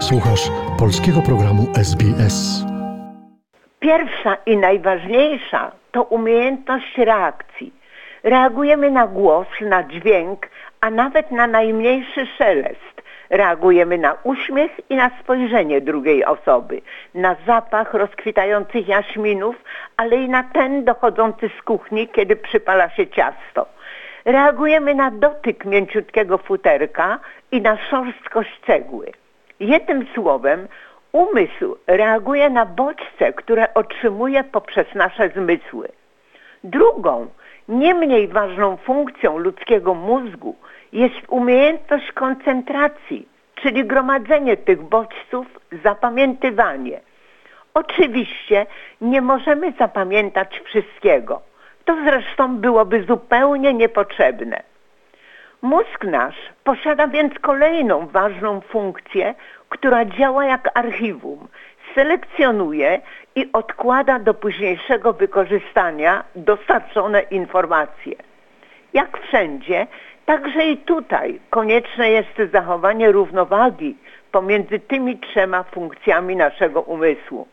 Słuchasz polskiego programu SBS. Pierwsza i najważniejsza to umiejętność reakcji. Reagujemy na głos, na dźwięk, a nawet na najmniejszy szelest. Reagujemy na uśmiech i na spojrzenie drugiej osoby, na zapach rozkwitających jaśminów, ale i na ten dochodzący z kuchni, kiedy przypala się ciasto. Reagujemy na dotyk mięciutkiego futerka i na szorstkość cegły. Jednym słowem, umysł reaguje na bodźce, które otrzymuje poprzez nasze zmysły. Drugą, nie mniej ważną funkcją ludzkiego mózgu jest umiejętność koncentracji, czyli gromadzenie tych bodźców, zapamiętywanie. Oczywiście nie możemy zapamiętać wszystkiego. To zresztą byłoby zupełnie niepotrzebne. Mózg nasz posiada więc kolejną ważną funkcję, która działa jak archiwum. Selekcjonuje i odkłada do późniejszego wykorzystania dostarczone informacje. Jak wszędzie, także i tutaj konieczne jest zachowanie równowagi pomiędzy tymi trzema funkcjami naszego umysłu.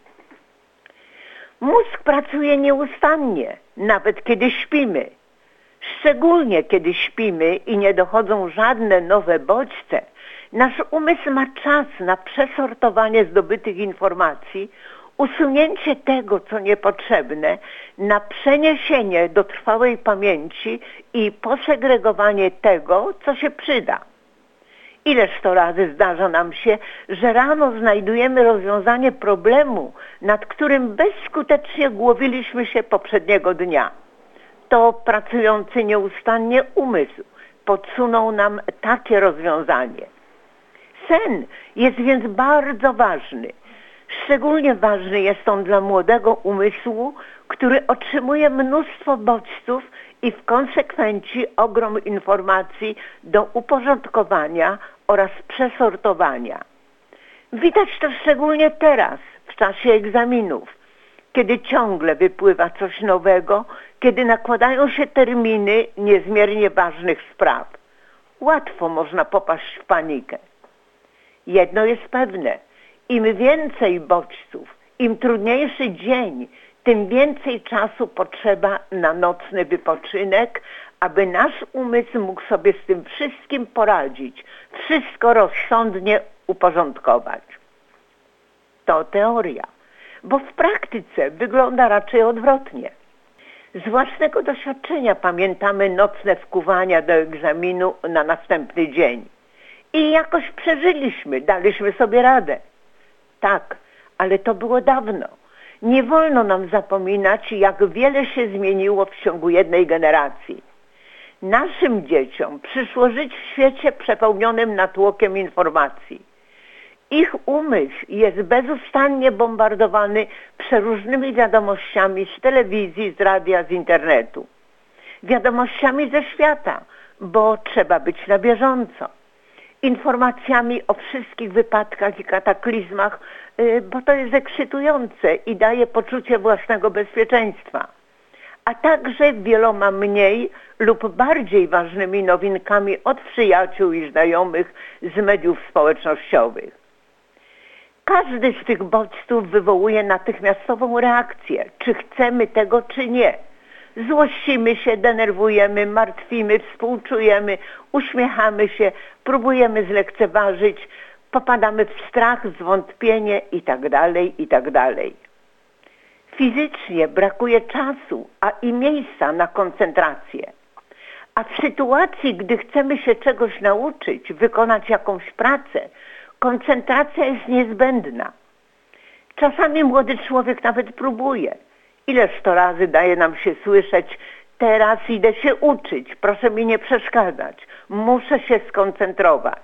Mózg pracuje nieustannie, nawet kiedy śpimy. Szczególnie kiedy śpimy i nie dochodzą żadne nowe bodźce, nasz umysł ma czas na przesortowanie zdobytych informacji, usunięcie tego, co niepotrzebne, na przeniesienie do trwałej pamięci i posegregowanie tego, co się przyda. Ileż to razy zdarza nam się, że rano znajdujemy rozwiązanie problemu, nad którym bezskutecznie głowiliśmy się poprzedniego dnia. To pracujący nieustannie umysł podsunął nam takie rozwiązanie. Sen jest więc bardzo ważny. Szczególnie ważny jest on dla młodego umysłu, który otrzymuje mnóstwo bodźców i w konsekwencji ogrom informacji do uporządkowania oraz przesortowania. Widać to szczególnie teraz, w czasie egzaminów, kiedy ciągle wypływa coś nowego, kiedy nakładają się terminy niezmiernie ważnych spraw. Łatwo można popaść w panikę. Jedno jest pewne, im więcej bodźców, im trudniejszy dzień, tym więcej czasu potrzeba na nocny wypoczynek, aby nasz umysł mógł sobie z tym wszystkim poradzić, wszystko rozsądnie uporządkować. To teoria, bo w praktyce wygląda raczej odwrotnie. Z własnego doświadczenia pamiętamy nocne wkuwania do egzaminu na następny dzień. I jakoś przeżyliśmy, daliśmy sobie radę. Tak, ale to było dawno. Nie wolno nam zapominać, jak wiele się zmieniło w ciągu jednej generacji. Naszym dzieciom przyszło żyć w świecie przepełnionym natłokiem informacji. Ich umysł jest bezustannie bombardowany przeróżnymi wiadomościami z telewizji, z radia, z internetu. Wiadomościami ze świata, bo trzeba być na bieżąco. Informacjami o wszystkich wypadkach i kataklizmach, bo to jest ekscytujące i daje poczucie własnego bezpieczeństwa. A także wieloma mniej lub bardziej ważnymi nowinkami od przyjaciół i znajomych z mediów społecznościowych. Każdy z tych bodźców wywołuje natychmiastową reakcję, czy chcemy tego, czy nie. Złościmy się, denerwujemy, martwimy, współczujemy, uśmiechamy się, próbujemy zlekceważyć, popadamy w strach, zwątpienie itd., itd. Fizycznie brakuje czasu, a i miejsca na koncentrację. A w sytuacji, gdy chcemy się czegoś nauczyć, wykonać jakąś pracę, koncentracja jest niezbędna. Czasami młody człowiek nawet próbuje. Ileż to razy daje nam się słyszeć: teraz idę się uczyć, proszę mi nie przeszkadzać, muszę się skoncentrować.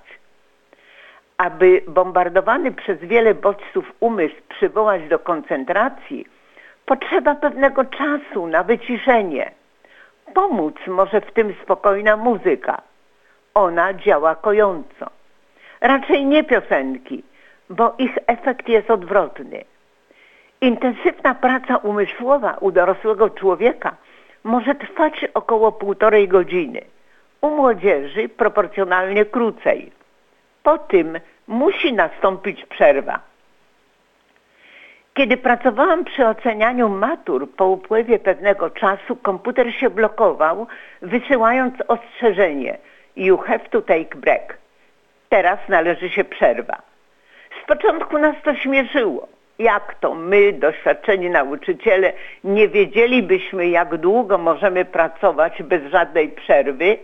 Aby bombardowany przez wiele bodźców umysł przywołać do koncentracji, potrzeba pewnego czasu na wyciszenie. Pomóc może w tym spokojna muzyka. Ona działa kojąco. Raczej nie piosenki, bo ich efekt jest odwrotny. Intensywna praca umysłowa u dorosłego człowieka może trwać około 1,5 godziny. U młodzieży proporcjonalnie krócej. Po tym Musi nastąpić przerwa. Kiedy pracowałam przy ocenianiu matur, po upływie pewnego czasu komputer się blokował, wysyłając ostrzeżenie You have to take break. Teraz należy się przerwa. Z początku nas to śmieszyło. Jak to my, doświadczeni nauczyciele, nie wiedzielibyśmy, jak długo możemy pracować bez żadnej przerwy?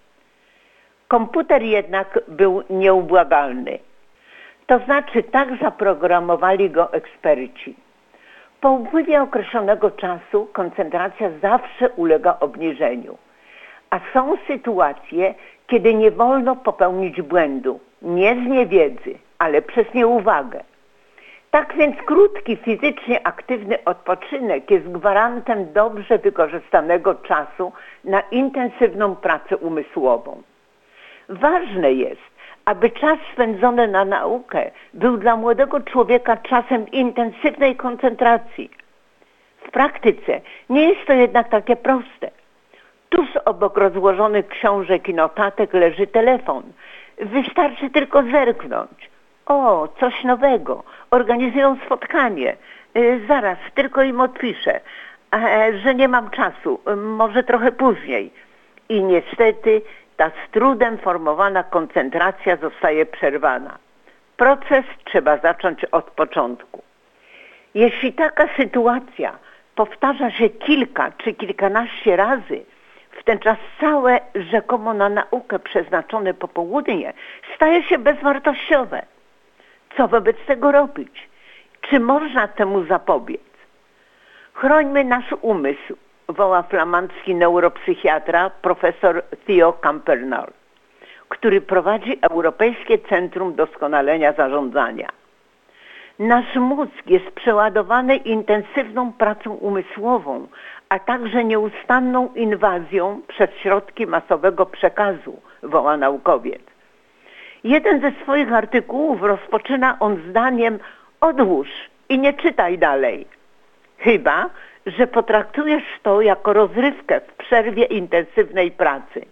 Komputer jednak był nieubłagalny. To znaczy tak zaprogramowali go eksperci. Po upływie określonego czasu koncentracja zawsze ulega obniżeniu. A są sytuacje, kiedy nie wolno popełnić błędu. Nie z niewiedzy, ale przez nieuwagę. Tak więc krótki, fizycznie aktywny odpoczynek jest gwarantem dobrze wykorzystanego czasu na intensywną pracę umysłową. Ważne jest, aby czas spędzony na naukę był dla młodego człowieka czasem intensywnej koncentracji. W praktyce nie jest to jednak takie proste. Tuż obok rozłożonych książek i notatek leży telefon. Wystarczy tylko zerknąć. O, coś nowego. Organizują spotkanie. Zaraz, tylko im odpiszę. Że nie mam czasu. Może trochę później. I niestety ta z trudem formowana koncentracja zostaje przerwana. Proces trzeba zacząć od początku. Jeśli taka sytuacja powtarza się kilka czy kilkanaście razy, w ten czas całe rzekomo na naukę przeznaczone popołudnie staje się bezwartościowe. Co wobec tego robić? Czy można temu zapobiec? Chrońmy nasz umysł, woła flamandzki neuropsychiatra profesor Theo Campernol, który prowadzi Europejskie Centrum Doskonalenia Zarządzania. Nasz mózg jest przeładowany intensywną pracą umysłową, a także nieustanną inwazją przez środki masowego przekazu, woła naukowiec. Jeden ze swoich artykułów rozpoczyna on zdaniem: odłóż i nie czytaj dalej. Chyba że potraktujesz to jako rozrywkę w przerwie intensywnej pracy.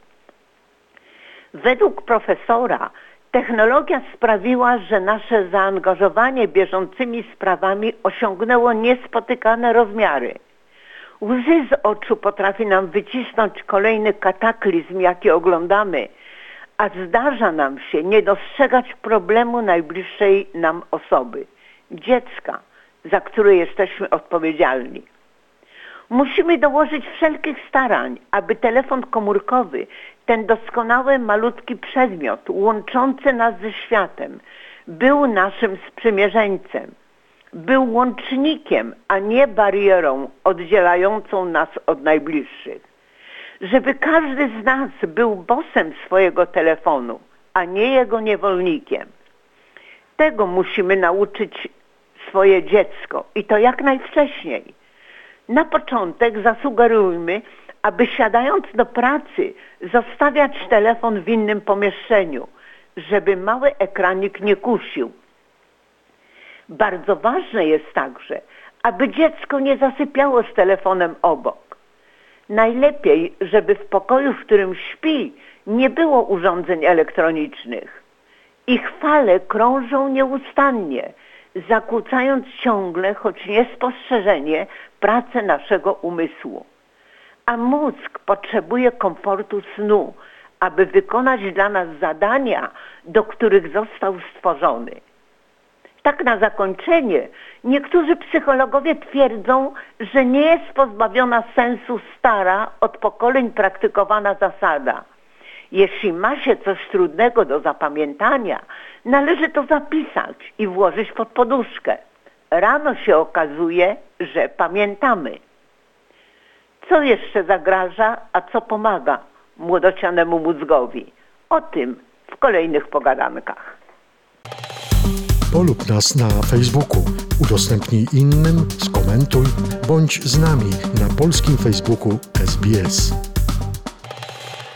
Według profesora technologia sprawiła, że nasze zaangażowanie bieżącymi sprawami osiągnęło niespotykane rozmiary. Łzy z oczu potrafi nam wycisnąć kolejny kataklizm, jaki oglądamy, a zdarza nam się nie dostrzegać problemu najbliższej nam osoby, dziecka, za które jesteśmy odpowiedzialni. Musimy dołożyć wszelkich starań, aby telefon komórkowy, ten doskonały, malutki przedmiot łączący nas ze światem, był naszym sprzymierzeńcem, był łącznikiem, a nie barierą oddzielającą nas od najbliższych. Żeby każdy z nas był bossem swojego telefonu, a nie jego niewolnikiem. Tego musimy nauczyć swoje dziecko i to jak najwcześniej. Na początek zasugerujmy, aby siadając do pracy zostawiać telefon w innym pomieszczeniu, żeby mały ekranik nie kusił. Bardzo ważne jest także, aby dziecko nie zasypiało z telefonem obok. Najlepiej, żeby w pokoju, w którym śpi, nie było urządzeń elektronicznych. Ich fale krążą nieustannie, zakłócając ciągle, choć niespostrzeżenie, pracę naszego umysłu. A mózg potrzebuje komfortu snu, aby wykonać dla nas zadania, do których został stworzony. Tak na zakończenie, niektórzy psychologowie twierdzą, że nie jest pozbawiona sensu stara, od pokoleń praktykowana zasada. Jeśli ma się coś trudnego do zapamiętania, należy to zapisać i włożyć pod poduszkę. Rano się okazuje, że pamiętamy. Co jeszcze zagraża, a co pomaga młodocianemu mózgowi? O tym w kolejnych pogadankach. Polub nas na Facebooku, udostępnij innym, skomentuj, bądź z nami na polskim Facebooku SBS.